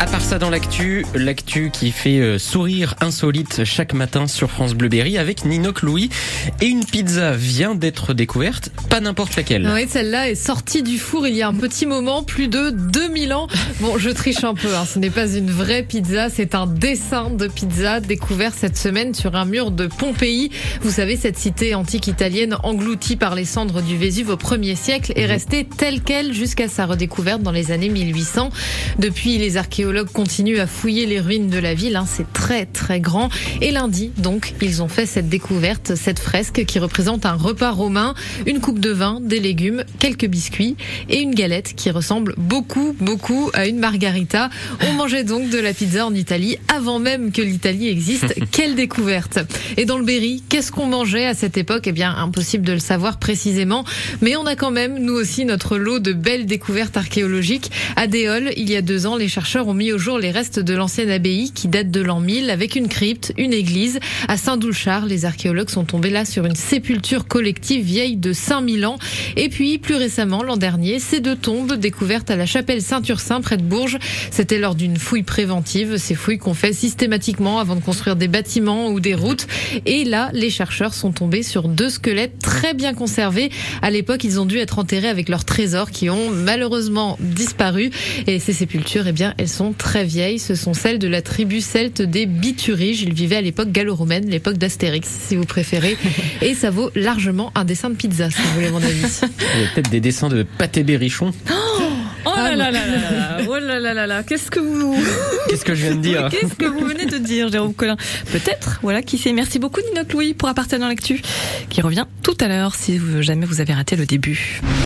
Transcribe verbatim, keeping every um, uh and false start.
À part ça dans l'actu, l'actu qui fait euh, sourire insolite chaque matin sur France Bleu Berry avec Ninoc Louis. Et une pizza vient d'être découverte, pas n'importe laquelle. Oui, celle-là est sortie du four il y a un petit moment, plus de deux mille ans. Bon, je triche un peu, hein, ce n'est pas une vraie pizza, c'est un dessin de pizza découvert cette semaine sur un mur de Pompéi. Vous savez, cette cité antique italienne engloutie par les cendres du Vésuve au premier siècle est restée telle quelle jusqu'à sa redécouverte dans les années mille huit cents. Depuis, les archéologues continuent à fouiller les ruines de la ville, hein, c'est très très grand. Et lundi, donc, ils ont fait cette découverte, cette fresque qui représente un repas romain, une coupe de vin, des légumes, quelques biscuits et une galette qui ressemble beaucoup beaucoup à une margarita. On mangeait donc de la pizza en Italie avant même que l'Italie existe. Quelle découverte! Et dans le Berry, qu'est-ce qu'on mangeait à cette époque? Eh bien, impossible de le savoir précisément, mais on a quand même, nous aussi, notre lot de belles découvertes archéologiques. À Déol, il y a deux ans, les chercheurs ont mis au jour les restes de l'ancienne abbaye qui date de l'an mille avec une crypte, une église. À Saint-Doulchard, les archéologues sont tombés là sur une sépulture collective vieille de cinq mille ans. Et puis, plus récemment, l'an dernier, ces deux tombes découvertes à la chapelle Saint-Ursin près de Bourges. C'était lors d'une fouille préventive, ces fouilles qu'on fait systématiquement avant de construire des bâtiments ou des routes. Et là, les chercheurs sont tombés sur deux squelettes très bien conservés. À l'époque, ils ont dû être enterrés avec leurs trésors qui ont malheureusement disparu. Et ces sépultures, eh bien, elles sont très vieilles. Ce sont celles de la tribu celte des Bituriges. Ils vivaient à l'époque gallo-romaine, l'époque d'Astérix, si vous préférez. Et ça vaut largement un dessin de pizza, si vous voulez mon avis. Il y a peut-être des dessins de pâté berrichon. Oh là là là là là, oh là là là là, qu'est-ce que vous... Qu'est-ce que je viens de dire? Qu'est-ce que vous venez de dire, Jérôme Collin? Peut-être, voilà, qui sait. Merci beaucoup, Ninoc Louis, pour Appartenant dans l'actu, qui revient tout à l'heure, si jamais vous avez raté le début.